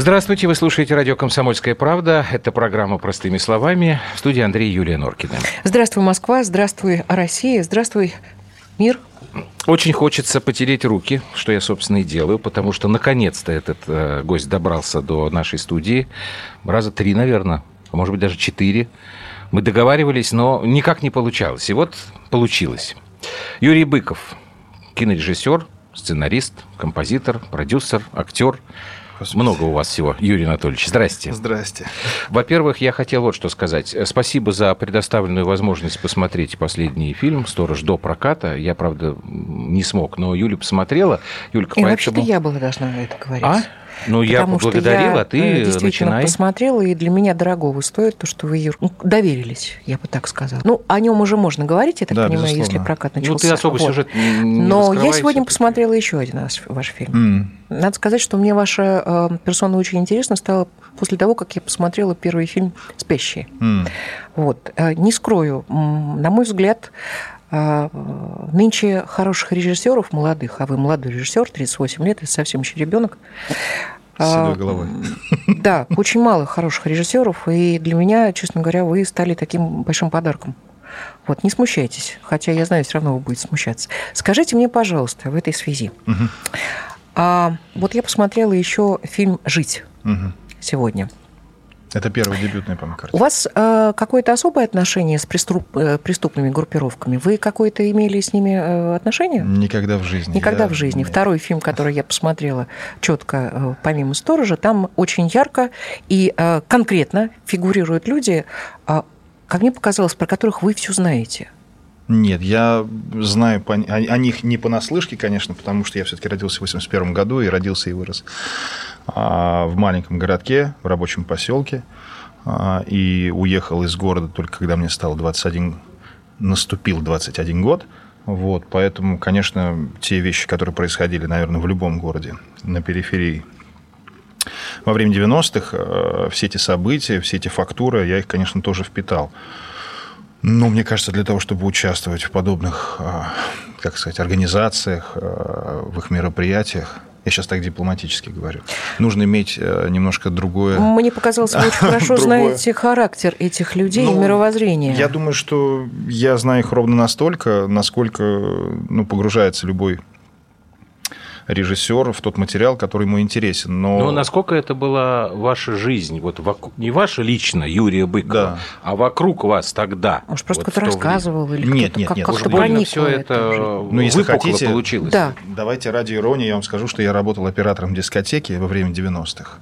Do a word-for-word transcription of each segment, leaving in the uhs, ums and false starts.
Здравствуйте, вы слушаете радио «Комсомольская правда». Это программа «Простыми словами». В студии Андрей и Юлия Норкины. Здравствуй, Москва. Здравствуй, Россия. Здравствуй, мир. Очень хочется потереть руки, что я, собственно, и делаю, потому что, наконец-то, этот э, гость добрался до нашей студии. Раза три, наверное, а может быть, даже четыре. Мы договаривались, но никак не получалось. И вот получилось. Юрий Быков, кинорежиссер, сценарист, композитор, продюсер, актер. Господи. Много у вас всего. Юрий Анатольевич, здрасте. Здрасте. Во-первых, я хотел вот что сказать. Спасибо за предоставленную возможность посмотреть последний фильм «Сторож» до проката. Я, правда, не смог, но Юля посмотрела. Юлька, И поэтому... вообще-то я была должна это говорить. А? Ну, я поблагодарил, а ты действительно начинай. Посмотрела, и для меня дорогого стоит то, что вы, Юр, ну, доверились, я бы так сказала. Ну, о нем уже можно говорить, я так да, понимаю, безусловно. если прокат начался. Ну, ты особо вот. Сюжет не Но я сегодня все-таки. посмотрела еще один раз ваш фильм. Mm. Надо сказать, что мне ваша э, персона очень интересна стала после того, как я посмотрела первый фильм «Спящие». Mm. Вот. Э, не скрою, на мой взгляд, нынче хороших режиссеров молодых, а вы молодой режиссер, тридцать восемь лет, это совсем еще ребенок. С седой головой. Да, очень мало хороших режиссеров, и для меня, честно говоря, вы стали таким большим подарком. Вот, не смущайтесь, хотя я знаю, все равно вы будете смущаться. Скажите мне, пожалуйста, в этой связи. Угу. А, вот я посмотрела еще фильм «Жить» угу. сегодня. Это первый дебютный, по-моему, картина. У вас э, какое-то особое отношение с преступ, э, преступными группировками? Вы какое-то имели с ними э, отношение? Никогда в жизни. Никогда я... в жизни. Нет. Второй фильм, который я посмотрела четко, э, помимо «Сторожа», там очень ярко и э, конкретно фигурируют люди, э, как мне показалось, про которых вы все знаете. Нет, я знаю о, о них не понаслышке, конечно, потому что я все-таки родился в восемьдесят первом году и родился и вырос в маленьком городке, в рабочем поселке, и уехал из города только когда мне стало двадцать один, наступил двадцать один год. Вот, поэтому, конечно, те вещи, которые происходили, наверное, в любом городе на периферии во время девяностых, все эти события, все эти фактуры, я их, конечно, тоже впитал. Но мне кажется, для того, чтобы участвовать в подобных, как сказать, организациях, в их мероприятиях, я сейчас так дипломатически говорю, нужно иметь немножко другое... Мне показалось, вы очень хорошо знаете характер этих людей ну, и мировоззрение. Я думаю, что я знаю их ровно настолько, насколько ну, погружается любой режиссер в тот материал, который ему интересен. Но, Но насколько это была ваша жизнь? Вот вокруг, не ваша лично, Юрия Быкова, да. а вокруг вас тогда? Может, просто вот кто-то рассказывал? Или нет, кто-то нет, как- нет. как-то больно все проникло это ну, если хотите, получилось. Да. Давайте ради иронии я вам скажу, что я работал оператором дискотеки во время девяностых.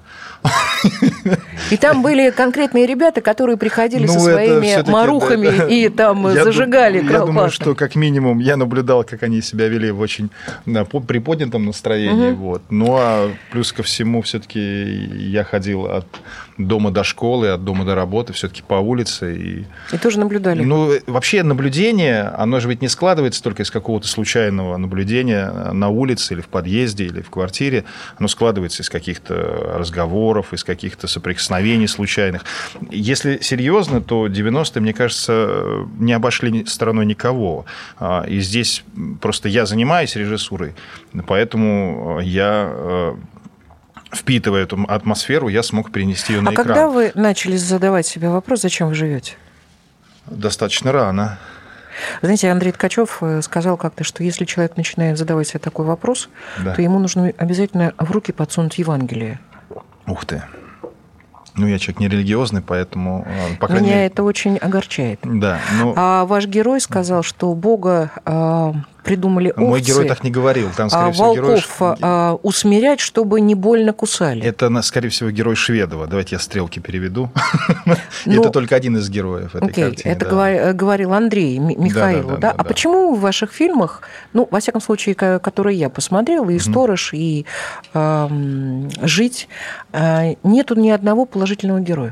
И там были конкретные ребята, которые приходили ну, со своими марухами да, и там я зажигали дум, Я думаю, что как минимум я наблюдал, как они себя вели в очень да, приподнятом настроении. Угу. Вот. Ну, а плюс ко всему, все-таки я ходил от дома до школы, от дома до работы, все-таки по улице. И, и тоже наблюдали? Ну, вообще наблюдение, оно же ведь не складывается только из какого-то случайного наблюдения на улице или в подъезде, или в квартире. Оно складывается из каких-то разговоров, из каких-то соприкосновений случайных. Если серьезно, то девяностые, мне кажется, не обошли стороной никого. И здесь просто я занимаюсь режиссурой, поэтому я... впитывая эту атмосферу, я смог перенести ее на а экран. А когда вы начали задавать себе вопрос, зачем вы живете? Достаточно рано. Знаете, Андрей Ткачев сказал как-то, что если человек начинает задавать себе такой вопрос, да. то ему нужно обязательно в руки подсунуть Евангелие. Ух ты. Ну, я человек нерелигиозный, поэтому... По Меня мере... это очень огорчает. Да, но... А ваш герой сказал, что Бога а, придумали овцы. Мой герой так не говорил. Там, скорее а всего, волков герой... а, усмирять, чтобы не больно кусали. Это, скорее всего, герой Шведова. Давайте я стрелки переведу. Ну, это только один из героев этой окей, картины. Это да. говорил Андрей Михаилу. Да, да, да, да? А да. почему в ваших фильмах, ну, во всяком случае, которые я посмотрела, и «Сторож», угу. и э, «Жить», э, нету ни одного положительного героя?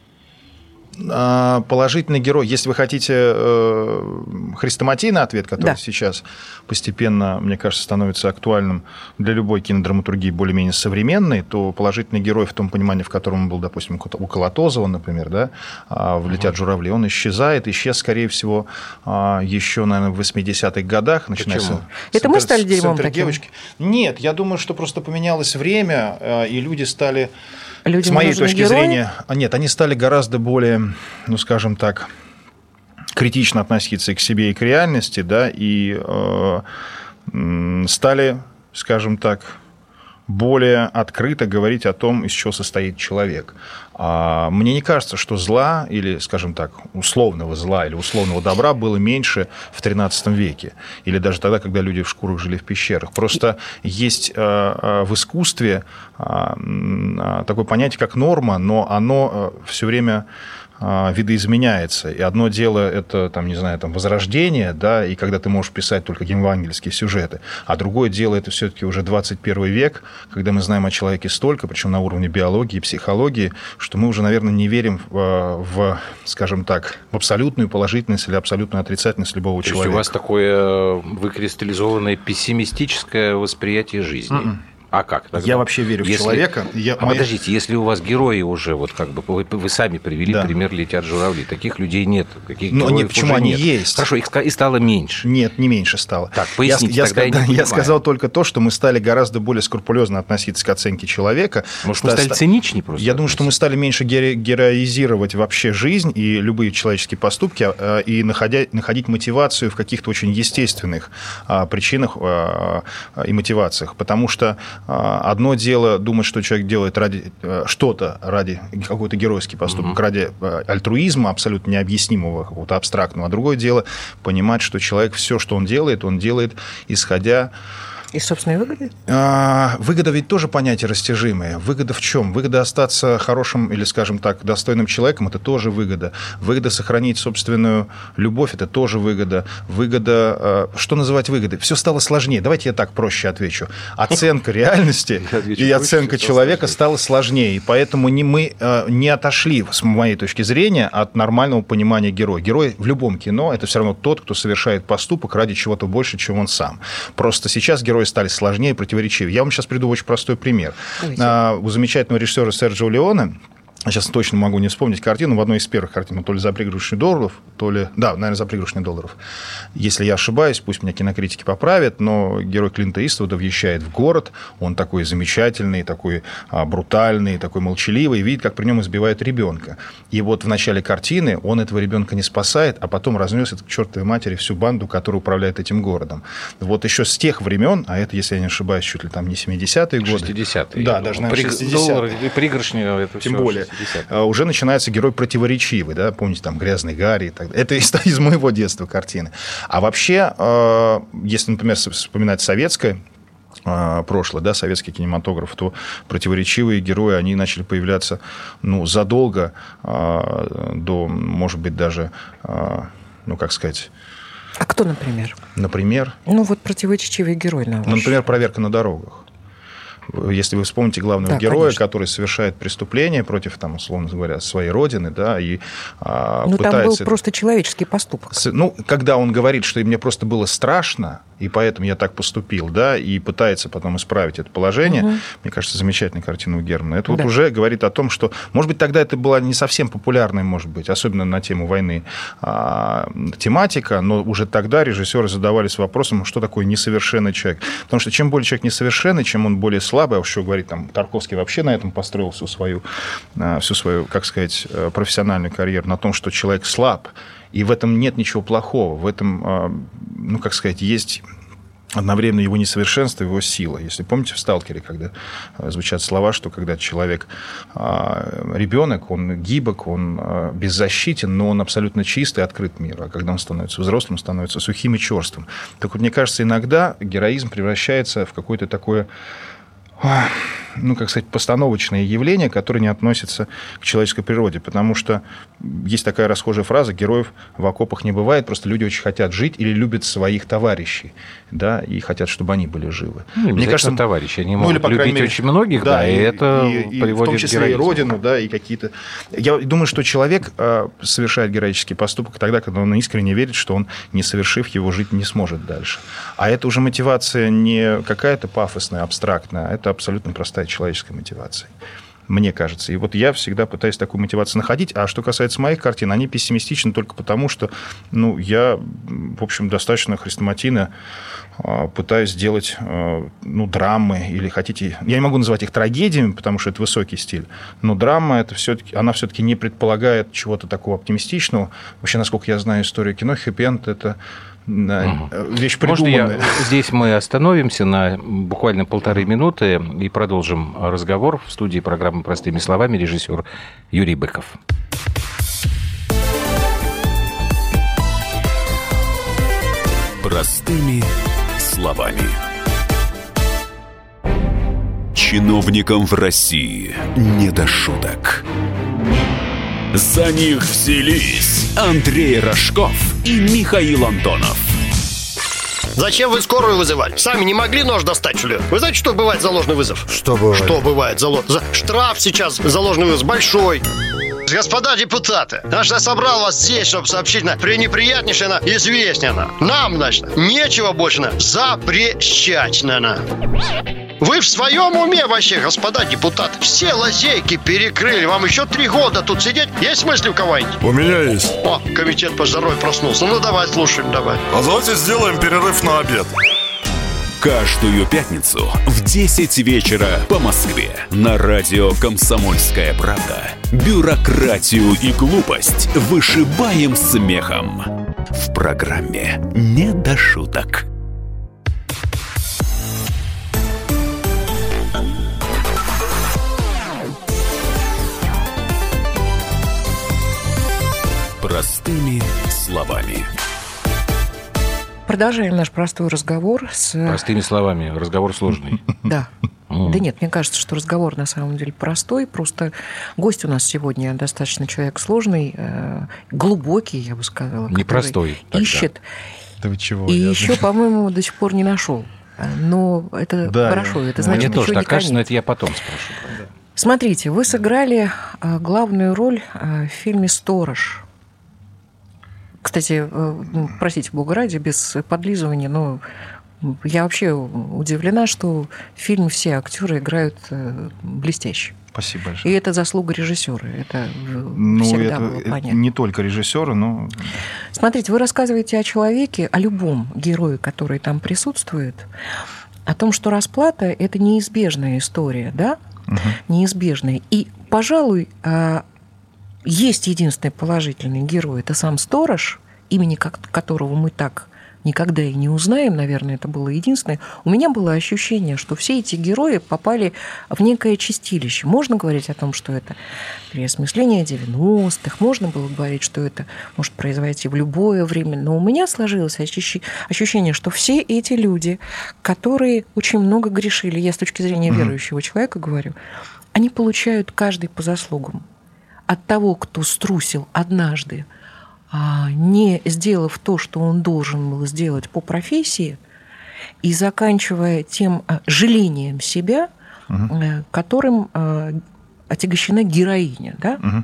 Положительный герой, если вы хотите хрестоматийный ответ, который да. сейчас постепенно, мне кажется, становится актуальным для любой кинодраматургии более-менее современной, то положительный герой в том понимании, в котором он был, допустим, у Колотозова, например, да, в «Летят угу. журавли», он исчезает, исчез, скорее всего, еще, наверное, в восьмидесятых годах. Почему? Это мы стали дерьмом таким? Нет, я думаю, что просто поменялось время, и люди стали... Людям с моей нужны точки герои? зрения, нет, они стали гораздо более, ну, скажем так, критично относиться и к себе, и к реальности, да, и э, стали, скажем так, более открыто говорить о том, из чего состоит человек. Мне не кажется, что зла, или, скажем так, условного зла или условного добра было меньше в тринадцатом веке, или даже тогда, когда люди в шкурах жили в пещерах. Просто есть в искусстве такое понятие, как норма, но оно все время видоизменяется. И одно дело это, там, не знаю, там, возрождение, да, и когда ты можешь писать только евангельские сюжеты, а другое дело это все-таки уже двадцать первый век, когда мы знаем о человеке столько, причем на уровне биологии и психологии, что мы уже, наверное, не верим в, в скажем так, в абсолютную положительность или абсолютную отрицательность любого То человека. То есть у вас такое выкристаллизованное пессимистическое восприятие жизни? Mm-mm. А как? Тогда? Я вообще верю если... в человека. Я... А моя... подождите, если у вас герои уже, вот как бы вы, вы сами привели да. пример «Летят журавли», таких людей нет, таких Но героев нет, почему уже они нет. есть? Хорошо, их и стало меньше. Нет, не меньше стало. Так, поясните, я, тогда я, я, не я сказал только то, что мы стали гораздо более скрупулезно относиться к оценке человека. Может, мы стали циничнее просто? Я думаю, что мы стали меньше героизировать вообще жизнь и любые человеческие поступки, и находя, находить мотивацию в каких-то очень естественных причинах и мотивациях. Потому что одно дело думать, что человек делает ради что-то, ради какой-то геройский поступок, mm-hmm. ради альтруизма абсолютно необъяснимого, какого-то абстрактного. А другое дело понимать, что человек все, что он делает, он делает, исходя... Из собственной выгоды? Выгода ведь тоже понятие растяжимое. Выгода в чем? Выгода остаться хорошим или, скажем так, достойным человеком – это тоже выгода. Выгода сохранить собственную любовь – это тоже выгода. Выгода… Что называть выгодой? Все стало сложнее. Давайте я так проще отвечу. Оценка реальности и оценка человека стала сложнее. И поэтому мы не отошли, с моей точки зрения, от нормального понимания героя. Герой в любом кино – это все равно тот, кто совершает поступок ради чего-то больше, чем он сам. Просто сейчас герой стали сложнее и противоречивее. Я вам сейчас приведу очень простой пример. Давайте. У замечательного режиссера Серджио Леоне, сейчас точно могу не вспомнить картину, в одной из первых картин, то ли «За пригоршню долларов», то ли... Да, наверное, «За пригоршню долларов». Если я ошибаюсь, пусть меня кинокритики поправят, но герой Клинта Иствуда въезжает в город, он такой замечательный, такой брутальный, такой молчаливый, и видит, как при нем избивают ребенка. И вот в начале картины он этого ребенка не спасает, а потом разносит к чертовой матери всю банду, которая управляет этим городом. Вот еще с тех времен, а это, если я не ошибаюсь, чуть ли там не семидесятые годы. шестидесятые. Да, даже, наверное, шестидесятые. Доллар, пригоршни, это Тем все более. Уже начинается герой противоречивый, да, помните, там, «Грязный Гарри» и так далее. Это из, из моего детства картины. А вообще, если, например, вспоминать советское прошлое, да, советский кинематограф, то противоречивые герои, они начали появляться, ну, задолго до, может быть, даже, ну, как сказать... А кто, например? Например? Ну, вот противоречивый герой, на ваш. Ну, например, «Проверка на дорогах». Если вы вспомните главного да, героя, конечно. Который совершает преступление против, там, условно говоря, своей родины, да, и а, ну, пытается... там был просто человеческий поступок. Ну, когда он говорит, что мне просто было страшно, и поэтому я так поступил, да, и пытается потом исправить это положение, угу. Мне кажется, замечательная картина у Германа. Это да. вот уже говорит о том, что, может быть, тогда это была не совсем популярная, может быть, особенно на тему войны, а, тематика, но уже тогда режиссеры задавались вопросом, что такое несовершенный человек. Потому что чем более человек несовершенный, чем он более слабый, а уж что говорить, там, Тарковский вообще на этом построил всю свою, всю свою, как сказать, профессиональную карьеру, на том, что человек слаб, и в этом нет ничего плохого, в этом, ну, как сказать, есть одновременно его несовершенство и его сила. Если помните в «Сталкере», когда звучат слова, что когда человек, ребенок, он гибок, он беззащитен, но он абсолютно чистый и открыт миру, а когда он становится взрослым, становится сухим и черствым. Так вот, мне кажется, иногда героизм превращается в какое-то такое... ну, как сказать, постановочное явление, которое не относится к человеческой природе. Потому что есть такая расхожая фраза: героев в окопах не бывает, просто люди очень хотят жить или любят своих товарищей, да, и хотят, чтобы они были живы. Ну, мне кажется, товарищи, они могут ну, или, по любить мере, очень многих, да, да и, и это и, приводит к в том числе героизму. И родину, да, и какие-то... Я думаю, что человек совершает героический поступок тогда, когда он искренне верит, что он, не совершив его, жить не сможет дальше. А это уже мотивация не какая-то пафосная, абстрактная, а это абсолютно простая человеческая мотивация. мне кажется. И вот я всегда пытаюсь такую мотивацию находить. А что касается моих картин, они пессимистичны только потому, что ну, я, в общем, достаточно хрестоматийно пытаюсь сделать ну, драмы или хотите... Я не могу называть их трагедиями, потому что это высокий стиль, но драма, это все-таки, она все-таки не предполагает чего-то такого оптимистичного. Вообще, насколько я знаю историю кино, хэппи-энд – это вещь придуманная. Можно я... Здесь мы остановимся на буквально полторы минуты и продолжим разговор. В студии программы «Простыми словами» режиссер Юрий Быков. Простыми словами. Чиновникам в России не до шуток. За них взялись Андрей Рожков и Михаил Антонов. Зачем вы скорую вызывали? Сами не могли нож достать, что ли? Вы знаете, что бывает за ложный вызов? Что бывает? Что бывает за ложный? Штраф сейчас за ложный вызов большой. Господа депутаты, значит, я собрал вас здесь, чтобы сообщить на пренеприятнейшее, на известнее на. Нам, значит, нечего больше на запрещать на. на. Вы в своем уме вообще, господа депутаты? Все лазейки перекрыли. Вам еще три года тут сидеть? Есть мысли у кого-нибудь? У меня есть. О, комитет по здоровью проснулся. Ну, давай, слушаем, давай. А давайте сделаем перерыв на обед. Каждую пятницу в десять вечера по Москве на радио «Комсомольская правда». Бюрократию и глупость вышибаем смехом. В программе «Не до шуток». Простыми словами. Продолжаем наш простой разговор с... Простыми словами, разговор сложный. Да. Да нет, мне кажется, что разговор на самом деле простой. Просто гость у нас сегодня достаточно человек сложный, глубокий, я бы сказала. Непростой. Ищет. Да вы чего? И я... еще, по-моему, до сих пор не нашел. Но это да, хорошо, это значит, мне тоже так кажется, конец. Но это я потом спрошу. Смотрите, вы сыграли главную роль в фильме «Сторож». Кстати, простите, бога ради, без подлизывания, но я вообще удивлена, что в фильме все актеры играют блестяще. Спасибо большое. И это заслуга режиссера. Это ну, всегда это, было понятно. Не только режиссера, но... Смотрите, вы рассказываете о человеке, о любом герое, который там присутствует, о том, что расплата – это неизбежная история, да? Угу. Неизбежная. И, пожалуй, есть единственный положительный герой – это сам сторож, имени которого мы так никогда и не узнаем, наверное, это было единственное. У меня было ощущение, что все эти герои попали в некое чистилище. Можно говорить о том, что это переосмысление девяностых, можно было говорить, что это может произойти в любое время, но у меня сложилось ощущение, что все эти люди, которые очень много грешили, я с точки зрения верующего человека говорю, они получают каждый по заслугам. От того, кто струсил однажды, не сделав то, что он должен был сделать по профессии, и заканчивая тем жалением себя, угу. которым отягощена героиня. Да? Угу.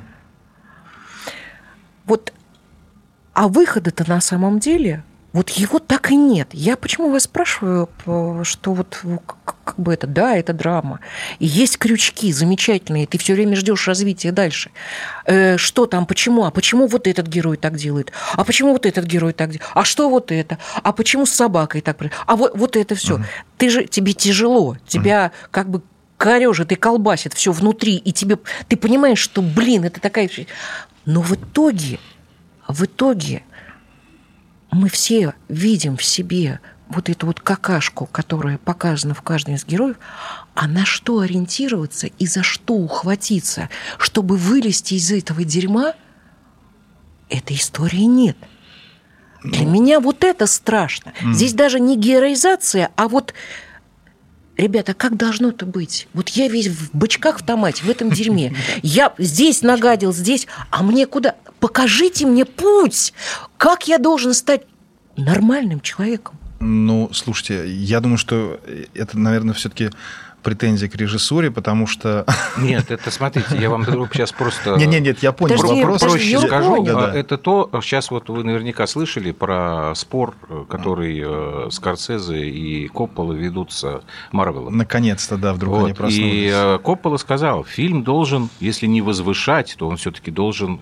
Вот, а выхода-то на самом деле... Вот его так и нет. Я почему вас спрашиваю, что вот как бы это, да, это драма. И есть крючки замечательные, ты все время ждешь развития дальше. Э, что там, почему? А почему вот этот герой так делает? А почему вот этот герой так делает? А что вот это? А почему с собакой так? А вот, вот это все. Угу. Ты же, тебе тяжело, тебя угу. как бы корёжит и колбасит все внутри, и тебе, ты понимаешь, что, блин, это такая... Но в итоге, в итоге... мы все видим в себе вот эту вот какашку, которая показана в каждом из героев, а на что ориентироваться и за что ухватиться, чтобы вылезти из этого дерьма, этой истории нет. Для меня вот это страшно. Mm. Здесь даже не героизация, а вот... Ребята, как должно это быть? Вот я весь в бычках в томате, в этом дерьме. Я здесь нагадил, здесь, а мне куда? Покажите мне путь. Как я должен стать нормальным человеком? Ну, слушайте, я думаю, что это, наверное, все-таки претензии к режиссуре, потому что... Нет, это, смотрите, я вам сейчас просто... Нет, нет, нет, я понял Подожди, вопрос. подожди, Проще скажу. Да, да. Это то, сейчас вот вы наверняка слышали про спор, который э, Скорсезе и Коппола ведут с Марвелом. Наконец-то, да, вдруг Вот. они проснулись. И э, Коппола сказал, фильм должен, если не возвышать, то он все-таки должен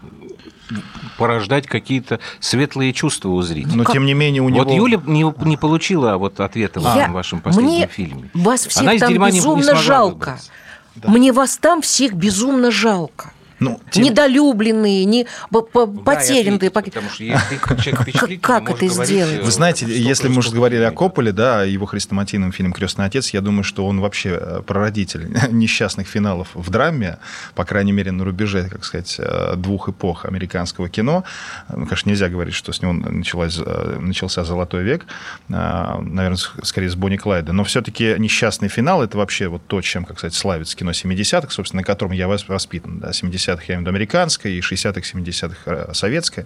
порождать какие-то светлые чувства у зрителя. Но, тем не менее, у него... Вот Юля не, не получила вот ответа в Я- этом вашем последнем Мне фильме. вас всех Она из там дерьма не- не безумно смогла жалко. выбраться. Мне вас там всех безумно жалко. Ну, тем- Недолюбленные, не по- по- Да, и потерянные. ответьте, потому что если человек впечатлительный, Как может это говорить, сделать? э, Вы знаете, что- если мы что- уже что говорили о хотите. Копполе, да, о его хрестоматийном фильме «Крестный отец», я думаю, что он вообще э, прародитель несчастных финалов в драме, по крайней мере, на рубеже, как сказать, э, двух эпох американского кино. Ну, конечно, нельзя говорить, что с него началась, э, начался «Золотой век», э, наверное, с- скорее с Бонни Клайда, но все-таки несчастный финал — это вообще вот то, чем, как сказать, славится кино семидесятых, собственно, на котором я вос- воспитан. Да, семидесятых, я имею в виду, американское, и шестидесятых, семидесятых советское.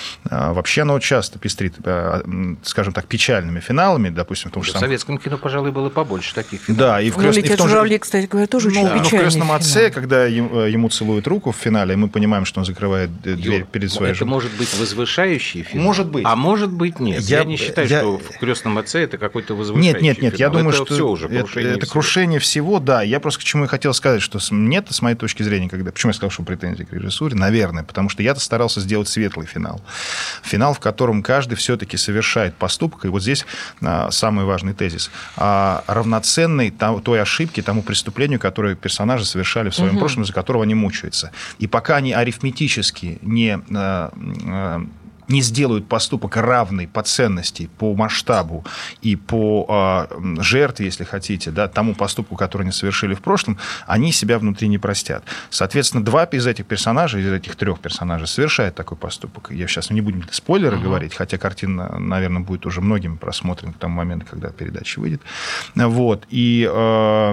Вообще оно часто пестрит, скажем так, печальными финалами, допустим, в том, В что там... советском кино, пожалуй, было побольше таких фильмов. Да, и в, Ну, крестном, и в «Летят том же... журавли», кстати говоря, тоже очень Ну, но в печальный «Крестном финал. отце», когда ему, ему целуют руку в финале, мы понимаем, что он закрывает дверь Юр, перед своей это женой. может быть возвышающий фильм. Может быть. А может быть нет. Я, Я- не считаю, я- что в «Крестном отце» это какой-то возвышающий Нет, нет, нет, я финал. думаю, это что все уже это, крушение это всего. крушение всего, да. Я просто к чему я хотел сказать, что с- мне-то, с моей точки зрения, когда... Почему я сказал, что претензии к режиссуре? Наверное, потому что я-то старался сделать светлый финал. Финал, в котором каждый все-таки совершает поступок, и вот здесь а, самый важный тезис, а, равноценный там, той ошибке, тому преступлению, которое персонажи совершали в своем Мгм. прошлом, из-за которого они мучаются. И пока они арифметически не... а, а, не сделают поступок равный по ценности, по масштабу и по э, жертве, если хотите, да, тому поступку, который они совершили в прошлом, они себя внутри не простят. Соответственно, два из этих персонажей, из этих трех персонажей совершают такой поступок. Я сейчас не будем спойлеры uh-huh. говорить, хотя картина, наверное, будет уже многим просмотрена к тому моменту, когда передача выйдет. Вот. И... Э,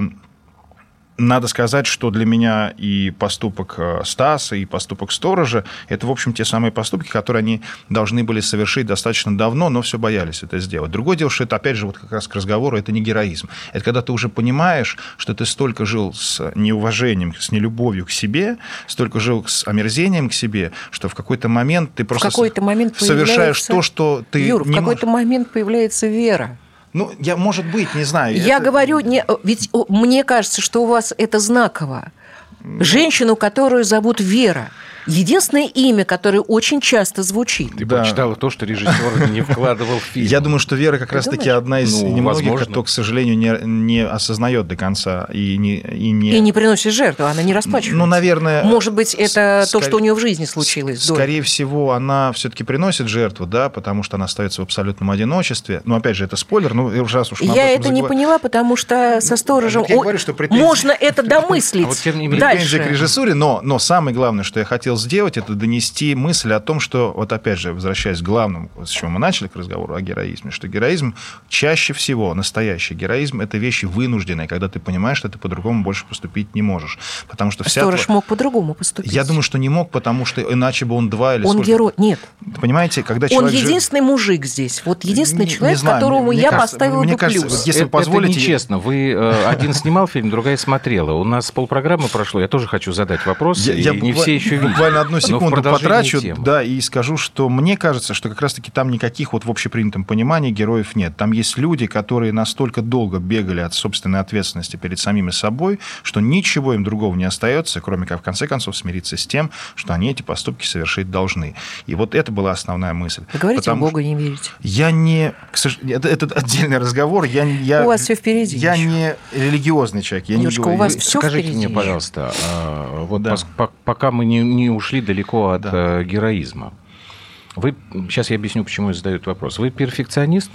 Надо сказать, что для меня и поступок Стаса, и поступок Сторожа – это, в общем, те самые поступки, которые они должны были совершить достаточно давно, но все боялись это сделать. Другое дело, что это, опять же, вот как раз к разговору, это не героизм. Это когда ты уже понимаешь, что ты столько жил с неуважением, с нелюбовью к себе, столько жил с омерзением к себе, что в какой-то момент ты просто в какой-то момент совершаешь появляется... то, что ты Юр, не в какой-то можешь. момент появляется вера. Ну, я, может быть, не знаю. Я это... говорю, не, ведь мне кажется, что у вас это знаково. Женщину, которую зовут Вера. Единственное имя, которое очень часто звучит. Ты Да. прочитала то, что режиссер не вкладывал в фильм. Я думаю, что Вера как Ты раз-таки думаешь? одна из Ну, немногих, возможно. кто, к сожалению, не, не осознает до конца и не... И не... И не приносит жертву, она не расплачивается. Ну, наверное... Может быть, это с- то, скорее- что у нее в жизни случилось. до Скорее всего, она все-таки приносит жертву, да, потому что она остается в абсолютном одиночестве. Ну, опять же, это спойлер, ну, раз уж мы об Я этом это не заговор- поняла, потому что со сторожем вот я о- говорю, что претензии- можно это домыслить. А вот тем не менее, Претензии к Дальше. режиссуре, но, но самое главное, что я хотел сделать, это донести мысль о том, что, вот опять же, возвращаясь к главному, с чего мы начали, к разговору о героизме, что героизм чаще всего, настоящий героизм, это вещи вынужденные, когда ты понимаешь, что ты по-другому больше поступить не можешь. Потому что вся Сторож тва- мог по-другому поступить. Я думаю, что не мог, потому что иначе бы он два или Он сколько- герой. Нет. Понимаете, когда Он человек... жи- единственный мужик здесь. Вот единственный Не- не человек, знаю, которому мне я кажется- поставила мне бы кажется, плюс. вот если это, позволите- это нечестно. Вы э, один снимал фильм, другая смотрела. У нас полпрограммы прошло. Я тоже хочу задать вопрос. Я, и я не буква- все еще видят. буквально одну Но в секунду продолжении потрачу, темы. да, и скажу, что мне кажется, что как раз-таки там никаких вот в общепринятом понимании героев нет. Там есть люди, которые настолько долго бегали от собственной ответственности перед самими собой, что ничего им другого не остается, кроме как в конце концов смириться с тем, что они эти поступки совершить должны. И вот это была основная мысль. Вы говорите, в Потому Бога не верите. Я не... к сож- Это, это отдельный разговор. Я, я, У вас всё впереди Я еще. не религиозный человек. Я не Юрочка, говорю- у вас я- всё Скажите впереди мне, еще. пожалуйста, а, вот Да. пос- по- пока мы не, не ушли далеко от Да. э, героизма, вы, сейчас я объясню, почему я задаю этот вопрос. Вы перфекционист?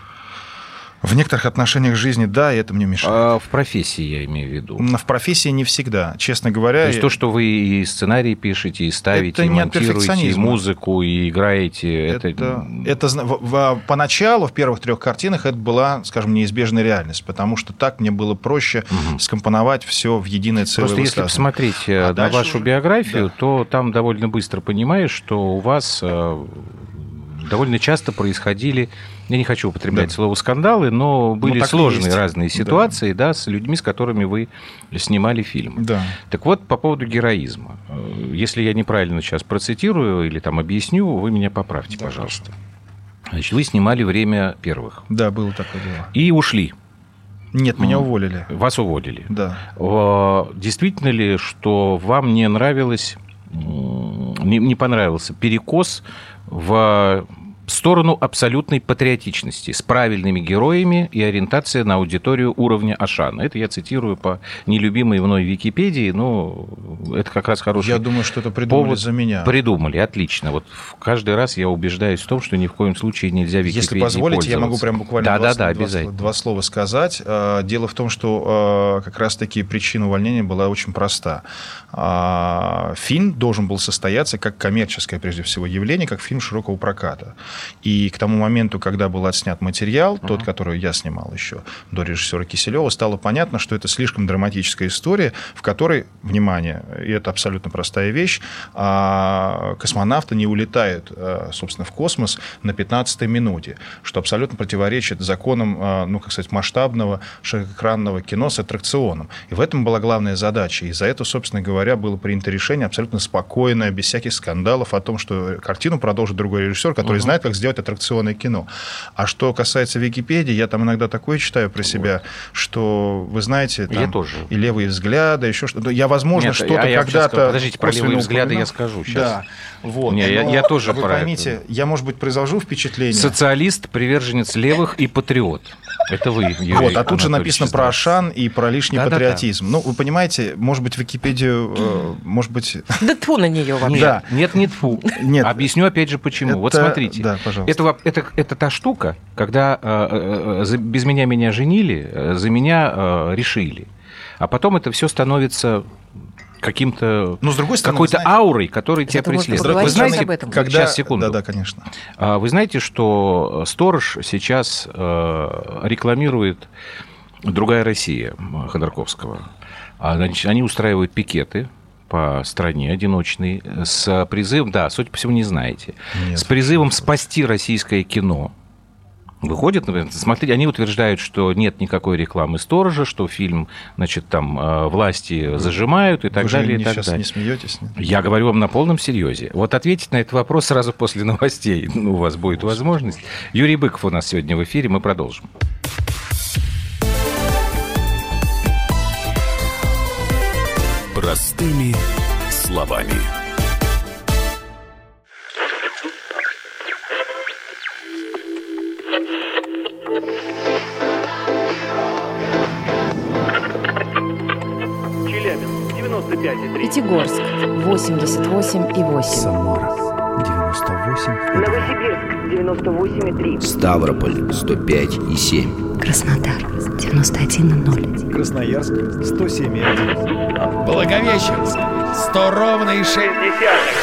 В некоторых отношениях жизни, да, и это мне мешает. А в профессии я имею в виду. В профессии не всегда, честно говоря. То есть то, что вы и сценарий пишете, и ставите, Это и не от монтируете, и перфекционизма. музыку, и играете, это... Это, это зна- в- в- поначалу, в первых трех картинах, это была, скажем, неизбежная реальность, потому что так мне было проще Мгм. скомпоновать все в единое целое Просто если высказывание. посмотреть э, А на дальше вашу уже- биографию, да. то там довольно быстро понимаешь, что у вас э, довольно часто происходили, я не хочу употреблять да. слово скандалы, но были ну, сложные разные ситуации, да. Да, с людьми, с которыми вы снимали фильм. Да. Так вот, по поводу героизма. Если я неправильно сейчас процитирую или там объясню, вы меня поправьте, да, пожалуйста. Значит, вы снимали «Время первых». Да, было такое дело. И ушли. Нет, меня уволили. Вас уволили. Да. Действительно ли, что вам не нравилось, не, не понравился перекос в сторону абсолютной патриотичности с правильными героями и ориентация на аудиторию уровня Ашана? Это я цитирую по нелюбимой мной Википедии, но это как раз хороший Я думаю, что это придумали повод. за меня. Придумали, отлично. Вот каждый раз я убеждаюсь в том, что ни в коем случае нельзя Википедией Если позволите, я могу прям буквально да, два, да, да, два, обязательно. два слова сказать. Дело в том, что как раз-таки причина увольнения была очень проста. Фильм должен был состояться как коммерческое, прежде всего, явление, как фильм широкого проката. И к тому моменту, когда был отснят материал, uh-huh. тот, который я снимал еще до режиссера Киселева, стало понятно, что это слишком драматическая история, в которой, внимание, и это абсолютно простая вещь, космонавты не улетают, собственно, в космос на пятнадцатой минуте, что абсолютно противоречит законам, ну, как сказать, масштабного широкоэкранного кино с аттракционом. И в этом была главная задача. И за это, собственно говоря, было принято решение абсолютно спокойное, без всяких скандалов о том, что картину продолжит другой режиссер, который uh-huh. знает, как сделать аттракционное кино. А что касается Википедии, я там иногда такое читаю про себя, вот. Что, вы знаете, там я тоже. И левые взгляды, еще что-то. Я, возможно, Нет, что-то я когда-то... Подождите, про левые взгляды я скажу сейчас. Да, вот. Не, я, я тоже вы про поймите, это. Я, может быть, произвожу впечатление... Социалист, приверженец левых и патриот. Это вы, Юрий Вот, а тут же Анатольевич написано про Ашан и про лишний да, патриотизм. Да, да. Ну, вы понимаете, может быть, Википедию, э, может быть... Да тьфу на нее вообще. Да. Нет, нет, фу. Нет. Объясню опять же почему. Это... Вот смотрите. Да, пожалуйста. Это, это, это та штука, когда э, э, без меня меня женили, э, за меня э, решили. А потом это все становится... каким-то, но с другой стороны, какой-то знаете, аурой, который тебя преследует. Вы знаете, об этом? Когда... Сейчас, секунду. Да, да, конечно. Вы знаете, что «Сторож» сейчас рекламирует «Другая Россия» Ходорковского. Они устраивают пикеты по стране одиночные с призывом, да, судя по всему, не знаете, Нет, с призывом спасти российское кино. Выходит, например, смотрите, они утверждают, что нет никакой рекламы «Сторожа», что фильм, значит, там власти зажимают и так Вы далее. Вы и так сейчас далее. не смеетесь? Нет? Я говорю вам на полном серьезе. Вот ответить на этот вопрос сразу после новостей. Ну, у вас будет возможность. Юрий Быков у нас сегодня в эфире, мы продолжим. Простыми словами. Пятигорск восемьдесят восемь и восемь. Самара девяносто восемь и два. Новосибирск девяносто восемь и три. Ставрополь сто пять и семь. Краснодар девяносто один и ноль. Красноярск сто семь и один. Благовещенск сто ровно и шесть десятых.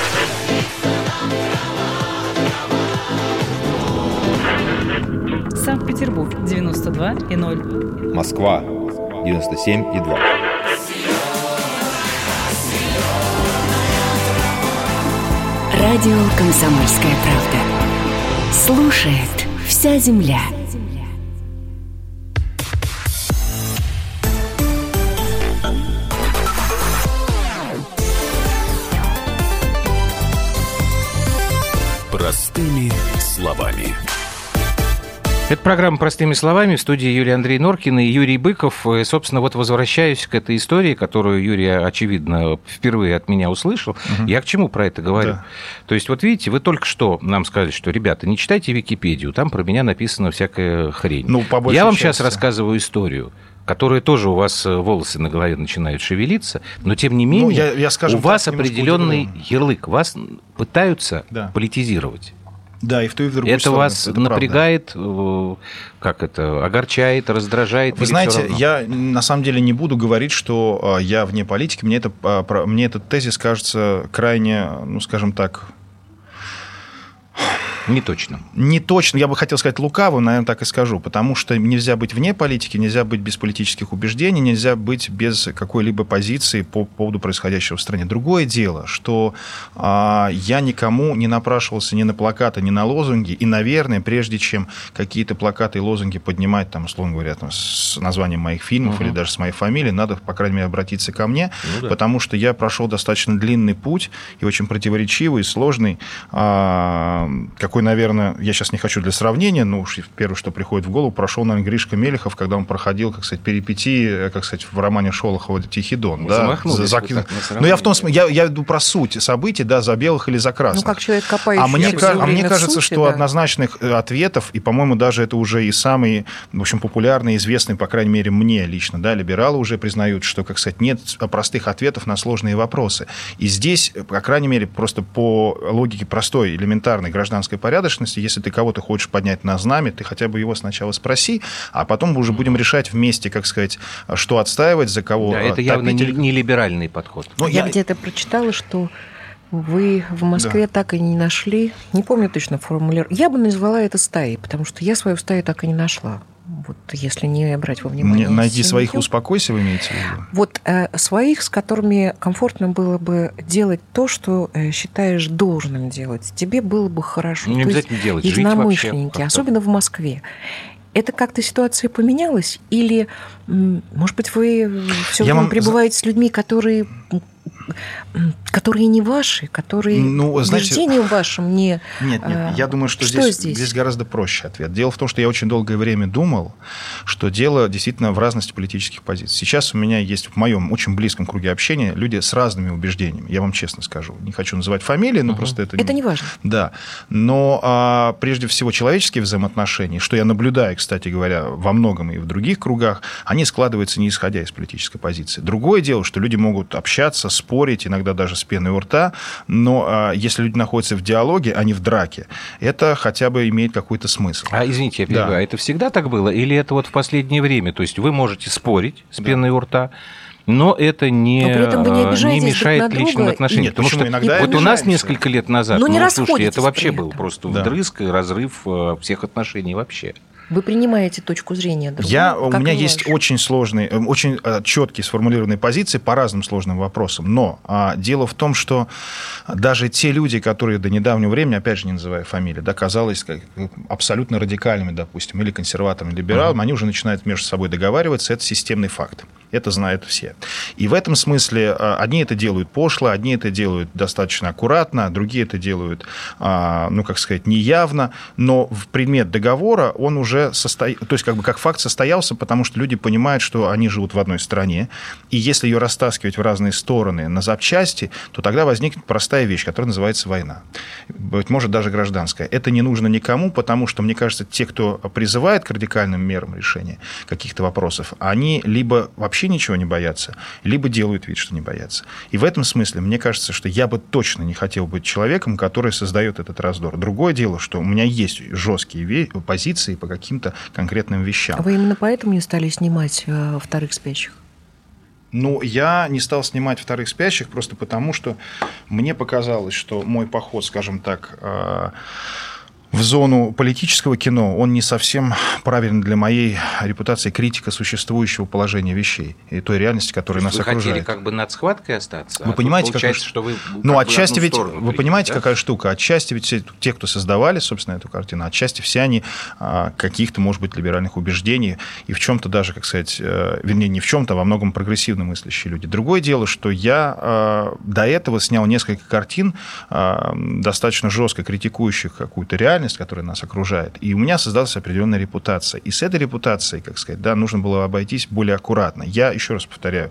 Санкт-Петербург девяносто два и ноль. Москва девяносто семь и два. Радио «Комсомольская правда». Слушает вся земля. Простыми словами. Это программа «Простыми словами». В студии Юлий Андрей Норкин и Юрий Быков. И, собственно, вот возвращаюсь к этой истории, которую Юрий, очевидно, впервые от меня услышал. Угу. Я к чему про это говорю? Да. То есть, вот видите, вы только что нам сказали, что, ребята, не читайте Википедию, там про меня написана всякая хрень. Ну, по большей Я вам части. сейчас рассказываю историю, которая тоже у вас волосы на голове начинают шевелиться, но, тем не менее, ну, я, я, скажем, у вас так, определенный ярлык. Вас пытаются да. политизировать. Да, и в ту, и в другую это сторону. Вас это напрягает, правда. Как это, огорчает, раздражает? Вы знаете, я на самом деле не буду говорить, что я вне политики. Мне, это, мне этот тезис кажется крайне, ну, скажем так, Не точно. Не точно. Я бы хотел сказать лукавым, наверное, так и скажу. Потому что нельзя быть вне политики, нельзя быть без политических убеждений, нельзя быть без какой-либо позиции по поводу происходящего в стране. Другое дело, что а, я никому не напрашивался ни на плакаты, ни на лозунги. И, наверное, прежде чем какие-то плакаты и лозунги поднимать, там, условно говоря, там, с названием моих фильмов угу. или даже с моей фамилией, надо, по крайней мере, обратиться ко мне, ну, да. потому что я прошел достаточно длинный путь и очень противоречивый, и сложный, а, какой, наверное, я сейчас не хочу для сравнения, но уж первое, что приходит в голову, прошел, наверное, Гришка Мелехов, когда он проходил, как сказать, перипетии, как сказать, в романе Шолохова «Тихий дон». Да? За, за... Но я в том смысле, я, я иду про суть событий, да, за белых или за красных. Ну, как человек, копающий. А мне, а мне кажется, сути, что да. однозначных ответов, и, по-моему, даже это уже и самые, в общем, популярные, известные, по крайней мере, мне лично, да, либералы уже признают, что, как сказать, нет простых ответов на сложные вопросы. И здесь, по крайней мере, просто по логике простой, элементарной гражданской порядочности, если ты кого-то хочешь поднять на знамя, ты хотя бы его сначала спроси, а потом мы уже будем решать вместе, как сказать, что отстаивать, за кого да, это явно не, не либеральный подход. Но я, я где-то прочитала, что вы в Москве да. так и не нашли, не помню точно формулировку, я бы назвала это стаей, потому что я свою стаю так и не нашла. Вот, если не брать во внимание. Найди семью. Своих, успокойся, вы имеете в виду? Вот э, своих, с которыми комфортно было бы делать то, что э, считаешь должным делать. Тебе было бы хорошо. Не то обязательно есть, делать, единомышленники, особенно в Москве. Это как-то ситуация поменялась? Или, может быть, вы все время вам... пребываете с людьми, которые... которые не ваши, которые ну, убеждением вашим не... Нет, нет, я думаю, что, что здесь, здесь? здесь гораздо проще ответ. Дело в том, что я очень долгое время думал, что дело действительно в разности политических позиций. Сейчас у меня есть в моем очень близком круге общения люди с разными убеждениями, я вам честно скажу. Не хочу называть фамилии, но uh-huh. просто это... Это не важно. Да. Но а, прежде всего человеческие взаимоотношения, что я наблюдаю, кстати говоря, во многом и в других кругах, они складываются не исходя из политической позиции. Другое дело, что люди могут общаться, спорить, иногда даже с пеной у рта, но а, если люди находятся в диалоге, а не в драке, это хотя бы имеет какой-то смысл. А извините, я перебиваю, да. это всегда так было? Или это вот в последнее время? То есть вы можете спорить с пеной да. у рта, но это не, но не мешает друг личным отношениям. Нет, потому что иногда вот у нас несколько лет назад, ну, ну, слушайте, это вообще был просто да. вдрызг и разрыв всех отношений вообще. Вы принимаете точку зрения другого? Я, у меня есть вашу? очень сложные, очень четкие сформулированные позиции по разным сложным вопросам. Но а, дело в том, что даже те люди, которые до недавнего времени, опять же, не называя фамилии, да, казалось как, абсолютно радикальными, допустим, или консерваторами, или либералами, uh-huh. они уже начинают между собой договариваться. Это системный факт. Это знают все. И в этом смысле одни это делают пошло, одни это делают достаточно аккуратно, другие это делают, ну, как сказать, неявно. Но в предмет договора он уже состоит, то есть как бы как факт состоялся, потому что люди понимают, что они живут в одной стране, и если ее растаскивать в разные стороны на запчасти, то тогда возникнет простая вещь, которая называется война. Быть может, даже гражданская. Это не нужно никому, потому что, мне кажется, те, кто призывает к радикальным мерам решения каких-то вопросов, они либо вообще ничего не боятся, либо делают вид, что не боятся. И в этом смысле, мне кажется, что я бы точно не хотел быть человеком, который создает этот раздор. Другое дело, что у меня есть жесткие позиции по каким-то конкретным вещам. А вы именно поэтому не стали снимать «Вторых спящих»? Ну, я не стал снимать «Вторых спящих» просто потому, что мне показалось, что мой поход, скажем так, в зону политического кино, он не совсем правилен для моей репутации критика существующего положения вещей и той реальности, которая нас окружает. Вы хотели как бы над схваткой остаться? Вы а понимаете, получается, как... что вы ну, отчасти ведь, вы придете, понимаете, да? какая штука? Отчасти ведь все, те, кто создавали, собственно, эту картину, отчасти все они а, каких-то, может быть, либеральных убеждений и в чем-то даже, как сказать, а, вернее, не в чем-то, а во многом прогрессивно мыслящие люди. Другое дело, что я а, до этого снял несколько картин, а, достаточно жестко критикующих какую-то реальность, которая нас окружает. И у меня создалась определенная репутация. И с этой репутацией, как сказать, да, нужно было обойтись более аккуратно. Я, еще раз повторяю,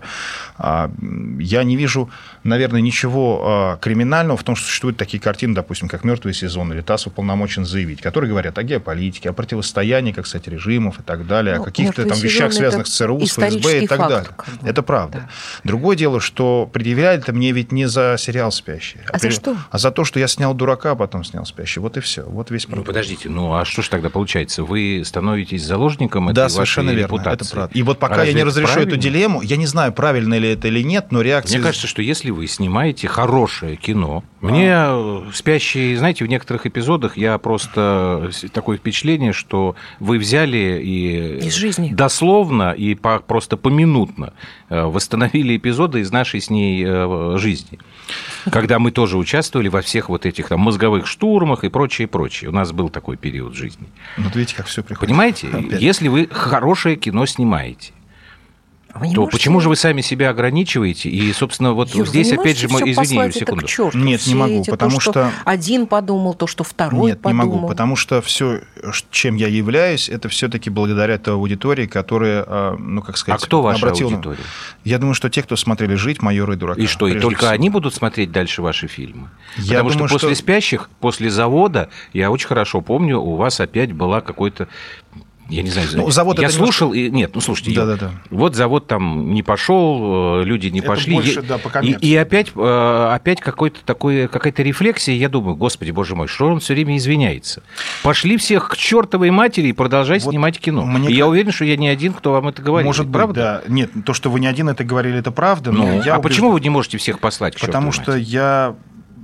я не вижу, наверное, ничего криминального в том, что существуют такие картины, допустим, как «Мертвый сезон» или «ТАСС уполномочен заявить», которые говорят о геополитике, о противостоянии, как сказать, режимов и так далее, ну, о каких-то там вещах, связанных с ЦРУ, с ФСБ и так факт, далее. Как бы. Это правда. Да. Другое дело, что предъявляли это мне ведь не за сериал «Спящий», а, а за что? А за то, что я снял «Дурака», а потом снял «Спящий». Вот и все. Вот весь ну, подождите, ну а что же тогда получается? Вы становитесь заложником этой да, вашей совершенно верно, репутации? Это правда. И вот пока а я не разрешу правильно? Эту дилемму, я не знаю, правильно ли это или нет, но реакция... Мне кажется, что если вы снимаете хорошее кино, Мне «Спящие», знаете, в некоторых эпизодах я просто... Такое впечатление, что вы взяли и... Из жизни. Дословно и по, просто поминутно восстановили эпизоды из нашей с ней жизни. Когда мы тоже участвовали во всех вот этих там мозговых штурмах и прочее, прочее. У нас был такой период жизни. Вот видите, как все приходит. Понимаете? Опять. Если вы хорошее кино снимаете, Вы не то можете... почему же вы сами себя ограничиваете? И, собственно, вот Юр, здесь вы не опять же... можете Мы... всё Извини, послать секунду. это к чёрту. Нет, Все не могу, эти, потому то, что... что... Один подумал, то, что второй Нет, подумал. не могу, потому что все, чем я являюсь, это все-таки благодаря той аудитории, которая, ну, как сказать... А кто ваша обратила... аудитория? Я думаю, что те, кто смотрели «Жить», «Майора и дурака». И что, и только всего. они будут смотреть дальше ваши фильмы? Я Потому думаю, что после что... «Спящих», после «Завода», я очень хорошо помню, у вас опять была какой-то... Я не знаю, ну, завод я это слушал, немножко... и нет, ну слушайте, да, да, да. вот завод там не пошел, люди не это пошли, больше, я... да, по и, и опять, опять какой-то такой, какая-то рефлексия, я думаю, господи, боже мой, что он все время извиняется? Пошли всех к чертовой матери и продолжай вот снимать кино. Мне... И я уверен, что я не один, кто вам это говорит. Может быть, правда? Да. Нет, то, что вы не один это говорили, это правда. Но ну, я а убежд... почему вы не можете всех послать к Потому чертовой что матери? я...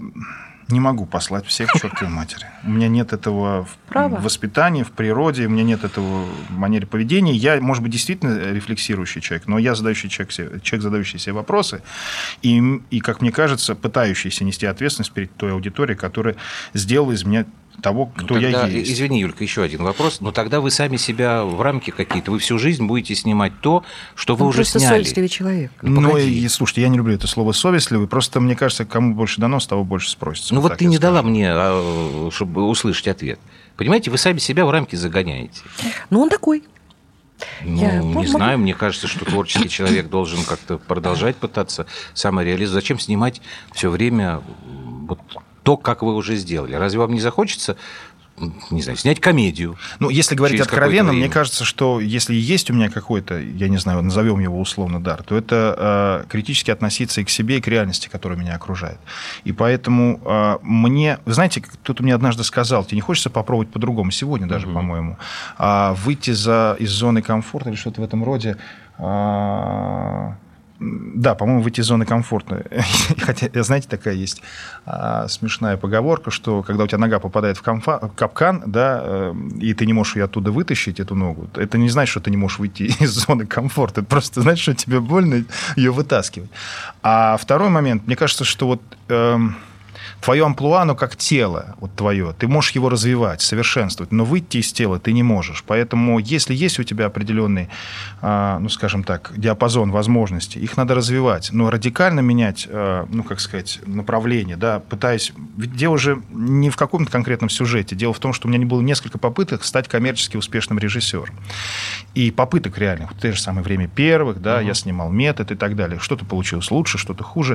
не могу послать всех к чертовой матери. У меня нет этого Право. в воспитании, в природе, у меня нет этого в манере поведения. Я, может быть, действительно рефлексирующий человек, но я задающий человек, человек задающий себе вопросы, и, и, как мне кажется, пытающийся нести ответственность перед той аудиторией, которая сделала из меня того, кто ну, тогда, я есть. Извини, Юлька, еще один вопрос. Но тогда вы сами себя в рамки какие-то, вы всю жизнь будете снимать то, что вы Он уже просто сняли. совестливый человек. Ну, ну и, слушайте, я не люблю это слово «совестливый», просто, мне кажется, кому больше дано, с того больше спросится. Ну вот ты не скажу. дала мне, чтобы услышать ответ. Понимаете, вы сами себя в рамки загоняете. Ну, он такой. Ну, Я не могу... знаю, мне кажется, что творческий человек должен как-то продолжать пытаться самореализовать. Зачем снимать все время вот то, как вы уже сделали? Разве вам не захочется, не знаю, снять комедию? Ну, если говорить откровенно, мне кажется, что если есть у меня какой-то, я не знаю, назовем его условно дар, то это э, критически относиться и к себе, и к реальности, которая меня окружает. И поэтому э, мне... Вы знаете, кто-то мне однажды сказал, тебе не хочется попробовать по-другому, сегодня даже, угу. по-моему, э, выйти за, из зоны комфорта или что-то в этом роде... Э, Да, по-моему, выйти из зоны комфорта. Хотя, знаете, такая есть а, смешная поговорка, что когда у тебя нога попадает в комфа- капкан, да, э, и ты не можешь ее оттуда вытащить, эту ногу, это не значит, что ты не можешь выйти из зоны комфорта. Это просто значит, что тебе больно ее вытаскивать. А второй момент, мне кажется, что вот... Э, твое амплуа, оно как тело, вот твое. Ты можешь его развивать, совершенствовать, но выйти из тела ты не можешь. Поэтому, если есть у тебя определенный, ну, скажем так, диапазон возможностей, их надо развивать. Но радикально менять, ну, как сказать, направление, да, пытаясь... Ведь дело же не в каком-то конкретном сюжете. Дело в том, что у меня было несколько попыток стать коммерчески успешным режиссером. И попыток реальных. В то же самое время первых, да, uh-huh. я снимал «Метод» и так далее. Что-то получилось лучше, что-то хуже.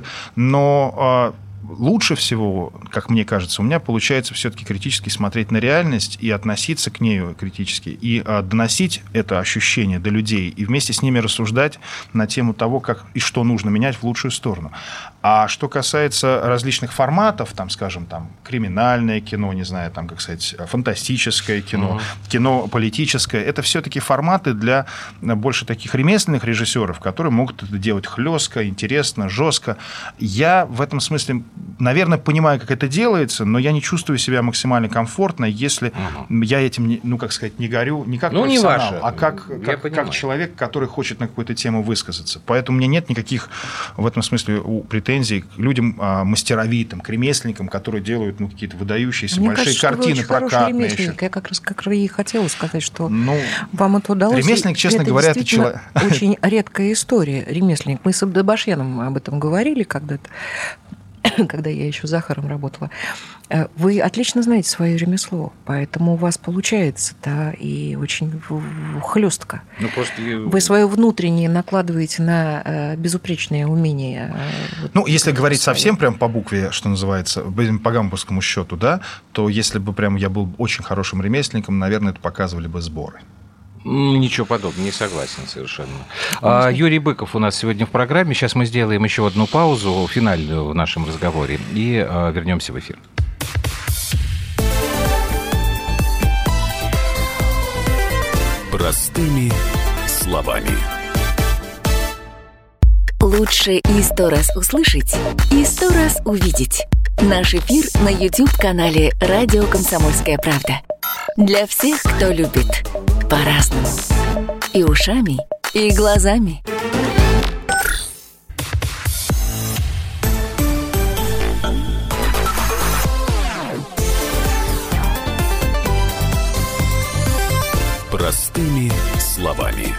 Но... Лучше всего, как мне кажется, у меня получается все-таки критически смотреть на реальность и относиться к ней критически, и доносить это ощущение до людей, и вместе с ними рассуждать на тему того, как и что нужно менять в лучшую сторону. А что касается различных форматов, там, скажем, там, криминальное кино, не знаю, там, как сказать, фантастическое кино, uh-huh. кино политическое, это все-таки форматы для больше таких ремесленных режиссеров, которые могут это делать хлестко, интересно, жестко. Я в этом смысле... Наверное, понимаю, как это делается, но я не чувствую себя максимально комфортно, если uh-huh. я этим, ну, как сказать, не горю, не как ну, профессионал, не ваше. а как, как, как человек, который хочет на какую-то тему высказаться. Поэтому у меня нет никаких в этом смысле претензий к людям а, мастеровитым, к ремесленникам, которые делают ну, какие-то выдающиеся Мне большие кажется, картины что вы очень прокатные. Ремесленник. Я как раз как и хотела сказать, что ну, вам это удалось. Ремесленник, честно это говоря, это человек. Очень редкая история. Ремесленник. Мы с Абдабашьяном об этом говорили когда-то, когда я еще Захаром работала. Вы отлично знаете свое ремесло, поэтому у вас получается, да, и очень хлестко. Ну, просто... Вы свое внутреннее накладываете на безупречное умение. Ну, если говорить свое. Совсем прям по букве, что называется, по гамбургскому счету, да, то если бы прям я был очень хорошим ремесленником, наверное, это показывали бы сборы. Ничего подобного, не согласен совершенно. А, Юрий Быков у нас сегодня в программе. Сейчас мы сделаем еще одну паузу, финальную в нашем разговоре, и а, вернемся в эфир. Простыми словами. Лучше и сто раз услышать, и сто раз увидеть. Наш эфир на YouTube-канале «Радио Комсомольская правда». Для всех, кто любит по-разному. И ушами, и глазами. Простыми словами.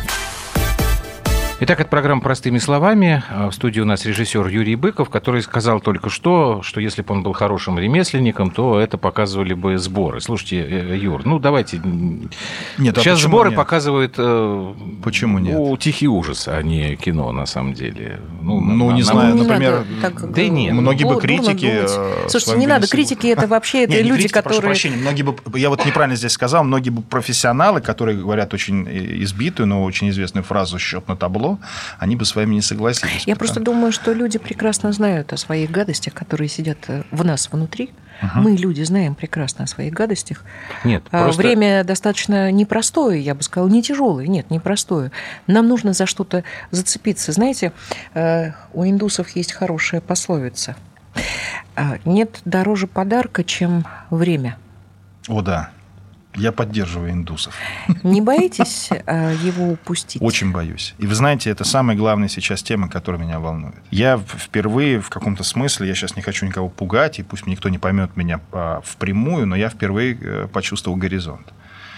Итак, это программа «Простыми словами». В студии у нас режиссер Юрий Быков, который сказал только что, что если бы он был хорошим ремесленником, то это показывали бы сборы. Слушайте, Юр, ну давайте... Нет, сейчас а сборы нет? показывают... Почему нет? Ну, «Тихий ужас», а не кино, на самом деле. Ну, ну не на, знаю, не например... Так, да и нет. Многие бы критики... Слушайте, не надо, критики это вообще это люди, критики, которые... прошу прощения, многие бы... Я вот неправильно здесь сказал, многие бы профессионалы, которые говорят очень избитую, но очень известную фразу «счет на табло», они бы с вами не согласились. Я просто думаю, что люди прекрасно знают о своих гадостях, которые сидят в нас внутри. Угу. Мы, люди, знаем прекрасно о своих гадостях. Нет, просто... Время достаточно непростое, я бы сказала, не тяжелое, нет, непростое. Нам нужно за что-то зацепиться. Знаете, у индусов есть хорошая пословица. Нет дороже подарка, чем время. О, да. Я поддерживаю индусов. Не боитесь его упустить? Очень боюсь. И вы знаете, это самая главная сейчас тема, которая меня волнует. Я впервые в каком-то смысле, я сейчас не хочу никого пугать, и пусть никто не поймет меня впрямую, но я впервые почувствовал горизонт.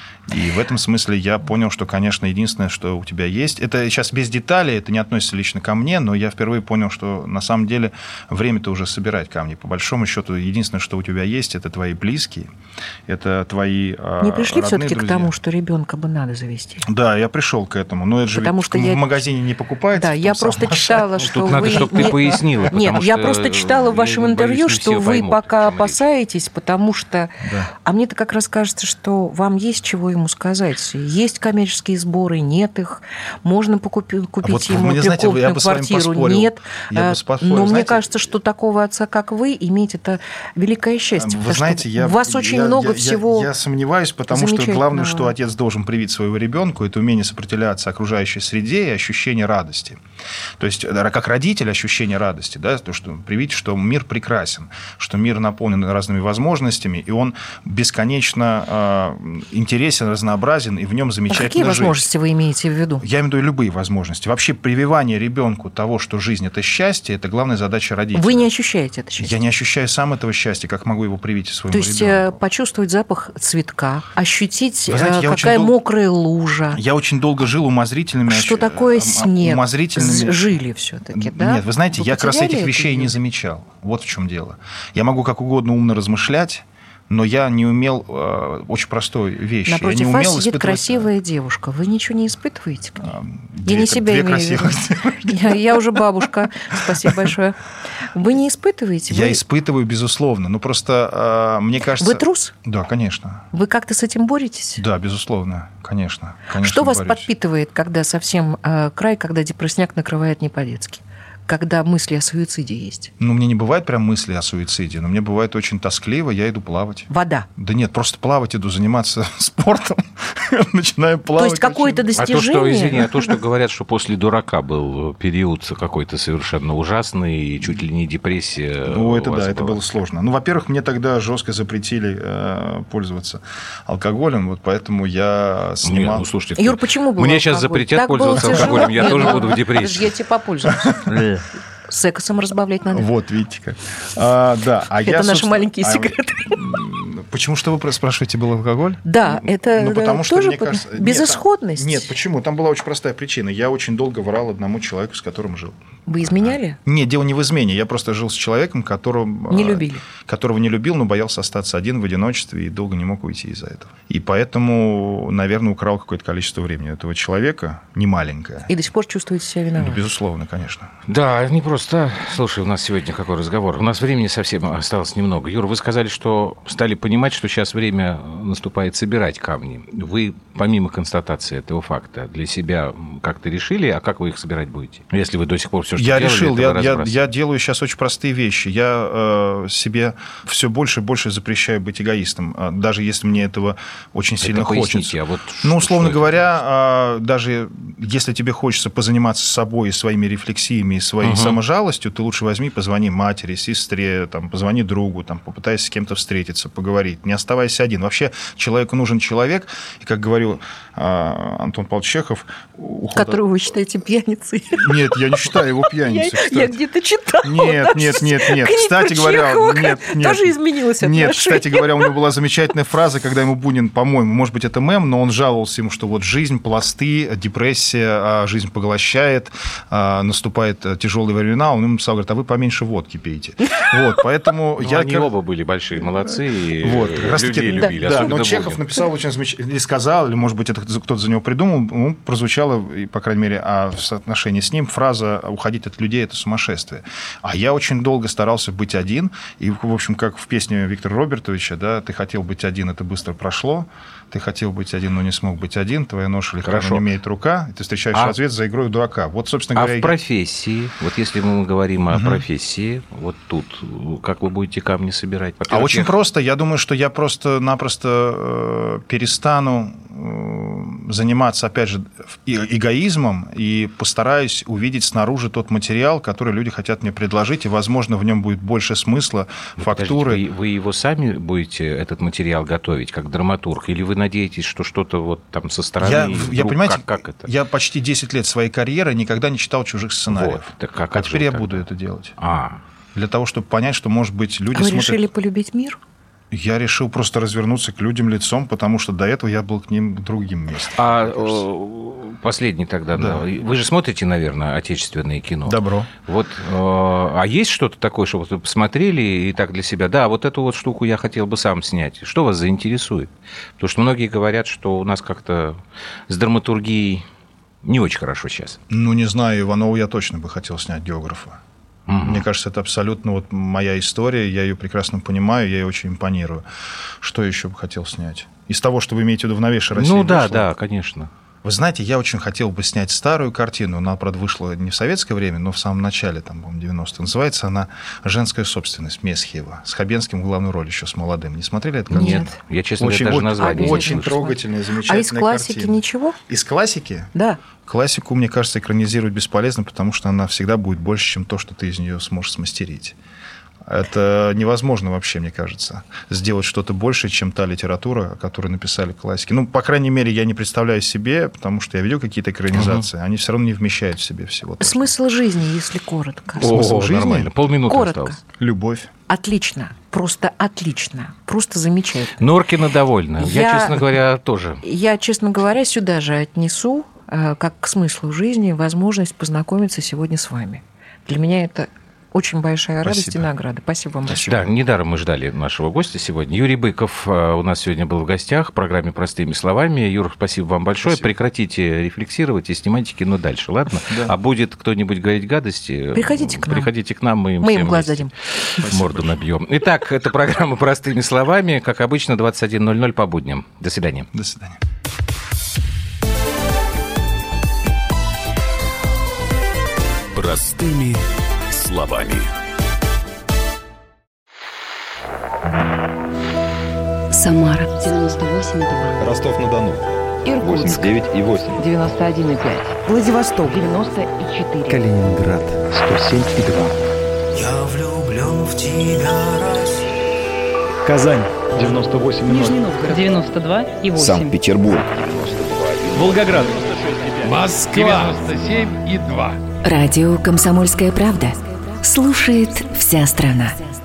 И в этом смысле я понял, что, конечно, единственное, что у тебя есть... Это сейчас без деталей, это не относится лично ко мне, но я впервые понял, что на самом деле время-то уже собирать камни. По большому счету, единственное, что у тебя есть, это твои близкие, это твои родные. Не пришли все-таки к тому, что ребенка бы надо завести? Да, я пришел к этому. Но это же потому что я... в магазине не покупается. Да, я просто читала, что Тут вы... надо, чтобы не... ты пояснила. Нет, я просто читала в вашем интервью, что вы пока опасаетесь, потому что... Да. А мне-то как раз кажется, что вам есть чего ему сказать. Есть коммерческие сборы, нет их. Можно покупить, купить вот, ему мне, знаете, трехкомнатную квартиру, нет. Я бы поспорил, Но знаете, мне кажется, что такого отца, как вы, иметь это великое счастье. Вы знаете, я, у вас очень я, много я, всего. Я, я сомневаюсь, потому что главное, что отец должен привить своего ребенку, это умение сопротивляться окружающей среде и ощущение радости. То есть, как родитель, ощущение радости, да, то, что привить, что мир прекрасен, что мир наполнен разными возможностями, и он бесконечно э, интересен, разнообразен, и в нем замечательно а какие жить. Возможности вы имеете в виду? Я имею в виду любые возможности. Вообще прививание ребенку того, что жизнь – это счастье, это главная задача родителя. Вы не ощущаете это счастье? Я не ощущаю сам этого счастья, как могу его привить своему ребенку. То есть ребенку. Почувствовать запах цветка, ощутить, знаете, какая дол... мокрая лужа. Я очень долго жил умозрительными... Что ощ... такое снег? Умозрительными... Жили все-таки, да? Нет, вы знаете, вы я как раз этих вещей это? не замечал. Вот в чем дело. Я могу как угодно умно размышлять, но я не умел э, очень простой вещи. Напротив я не умел вас сидит испытывать... красивая девушка. Вы ничего не испытываете к ней? Две, я не себя две имею в виду. Я, я уже бабушка. Спасибо большое. Вы не испытываете? Я вы... испытываю, безусловно. Ну, просто, э, мне кажется... Вы трус? Да, конечно. Вы как-то с этим боретесь? Да, безусловно. Конечно. конечно Что вас борюсь. подпитывает, когда совсем э, край, когда депрессняк накрывает не по-детски? Когда мысли о суициде есть? Ну, мне не бывает прям мысли о суициде, но мне бывает очень тоскливо, я иду плавать. Вода? Да нет, просто плавать иду, заниматься спортом, начинаю плавать. То есть какое-то достижение? А то, что, извини, а то, что говорят, что после дурака был период какой-то совершенно ужасный, и чуть ли не депрессия. Ну, это да, это было сложно. Ну, во-первых, мне тогда жестко запретили э, пользоваться алкоголем, вот поэтому я снимал... Нет, ну, слушайте, Юр, почему был мне алкоголь? сейчас запретят Так пользоваться алкоголем, я тоже буду в депрессии. Я тебе попользуюсь. Сексом разбавлять надо. Вот, видите как. А, да. а это я, наши маленькие а, секреты. Почему, что вы спрашиваете, был алкоголь? Да, это ну, потому что, тоже мне кажется... безысходность. Нет, нет, почему? Там была очень простая причина. Я очень долго врал одному человеку, с которым жил. Вы изменяли? Нет, дело не в измене. Я просто жил с человеком, которого... Не любили. Которого не любил, но боялся остаться один в одиночестве и долго не мог уйти из-за этого. И поэтому, наверное, украл какое-то количество времени этого человека, немаленькое. И до сих пор чувствуете себя виноватым? Ну, безусловно, конечно. Да, не просто. Слушай, у нас сегодня какой разговор. У нас времени совсем осталось немного. Юра, вы сказали, что стали понимать, понимать, что сейчас время наступает собирать камни. Вы, помимо констатации этого факта, для себя как-то решили, а как вы их собирать будете? Если вы до сих пор все, что я делали, решил, это я, я, я делаю сейчас очень простые вещи. Я э, себе все больше и больше запрещаю быть эгоистом, даже если мне этого очень сильно это хочется. А вот ну, что, условно что говоря, даже если тебе хочется позаниматься собой, своими рефлексиями и своей угу. саможалостью, ты лучше возьми, позвони матери, сестре, там, позвони другу, там, попытайся с кем-то встретиться, поговорить. Не оставайся один. Вообще человеку нужен человек, и, как говорил Антон Павлович Чехов... Уход... Которого вы считаете пьяницей. Нет, я не считаю его пьяницей. Я, я где-то читала. Нет, нет, нет, нет. Кстати говоря, нет, нет. Тоже изменилось отношение. Нет, кстати говоря, у него была замечательная фраза, когда ему Бунин, по-моему, может быть, это мем, но он жаловался ему, что вот жизнь, пласты, депрессия, жизнь поглощает, наступает тяжелые времена. Он ему написал, говорит, а вы поменьше водки пейте. Вот, поэтому ну, я... Они оба были большие молодцы, и вот, людей любили. Да, но Чехов Бунин. Написал очень замечательно, или сказал, или, может быть, это кто-то за него придумал, ну, прозвучало, по крайней мере, а в соотношении с ним фраза «уходить от людей – это сумасшествие». А я очень долго старался быть один, и, в общем, как в песне Виктора Робертовича, да, «Ты хотел быть один, это быстро прошло», «Ты хотел быть один, но не смог быть один», «Твоя ноша легко, но не имеет рука», и «Ты встречаешь а... ответ за игрой дурака». Вот, собственно говоря... А в профессии, вот если мы говорим о угу. профессии, вот тут, как вы будете камни собирать? А очень просто. Я думаю, что я просто-напросто э, перестану э, заниматься, опять же, эгоизмом и постараюсь увидеть снаружи тот материал, который люди хотят мне предложить, и, возможно, в нем будет больше смысла, ну, фактуры. Вы, вы его сами будете, этот материал, готовить, как драматург, или вы надеетесь, что что-то вот там со стороны... Я, вдруг, я понимаете, как, как это? Я почти десять лет своей карьеры никогда не читал чужих сценариев. Вот, так, а, а теперь я тогда? буду это делать. А. Для того, чтобы понять, что, может быть, люди а вы смотрят... решили полюбить мир? Я решил просто развернуться к людям лицом, потому что до этого я был к ним другим местом. А последний тогда. Да. Вы же смотрите, наверное, отечественное кино. Добро. Вот, а есть что-то такое, что вы посмотрели и так для себя, да, вот эту вот штуку я хотел бы сам снять. Что вас заинтересует? Потому что многие говорят, что у нас как-то с драматургией не очень хорошо сейчас. Ну, не знаю, Иванова я точно бы хотел снять географа. Угу. Мне кажется, это абсолютно вот моя история, я ее прекрасно понимаю, я ей очень импонирую. Что еще бы хотел снять? Из того, что вы имеете в виду в новейшей России? Ну да, вышло? Да, конечно. Вы знаете, я очень хотел бы снять старую картину, она, правда, вышла не в советское время, но в самом начале, там, по-моему, девяностых. Называется она «Женская собственность» Месхиева. С Хабенским в главную роль еще, с молодым. Не смотрели это? Нет. Нет. Я, честно очень, говоря, даже название Очень не трогательная, замечательная картина. А из классики картина. Ничего? Из классики? Да. Классику, мне кажется, экранизировать бесполезно, потому что она всегда будет больше, чем то, что ты из нее сможешь смастерить. Это невозможно вообще, мне кажется, сделать что-то большее, чем та литература, которую написали классики. Ну, по крайней мере, я не представляю себе, потому что я видел какие-то экранизации, угу. они все равно не вмещают в себе всего. Смысл жизни, если коротко. О, Смысл жизни? Нормально, полминуты коротко. осталось. Любовь. Отлично, просто отлично, просто замечательно. Норкина довольна. Я, я, честно говоря, тоже. Я, честно говоря, сюда же отнесу, как к смыслу жизни, возможность познакомиться сегодня с вами. Для меня это очень большая радость Спасибо. И награда. Спасибо вам большое. Да, недаром мы ждали нашего гостя сегодня. Юрий Быков у нас сегодня был в гостях в программе «Простыми словами». Юр, спасибо вам большое. Спасибо. Прекратите рефлексировать и снимайте кино дальше, ладно? Да. А будет кто-нибудь говорить гадости, приходите к нам. Приходите к нам, мы им, мы всем им глаз дадим. Морду набьем. Итак, это программа «Простыми словами». Как обычно, двадцать один ноль ноль по будням. До свидания. До свидания. Простыми словами. Самара девяносто восемь и два. Ростов-на-Дону Иркутск восемьдесят девять и восемь. девяносто один и пять. Владивосток девяносто и четыре. Калининград сто семь и два. Я влюблен в тебя, Россия. Казань девяносто восемь и ноль. Нижний Новгород девяносто два и восемь. Санкт-Петербург Волгоград Москва девяносто семь и два. Радио «Комсомольская правда». Слушает вся страна.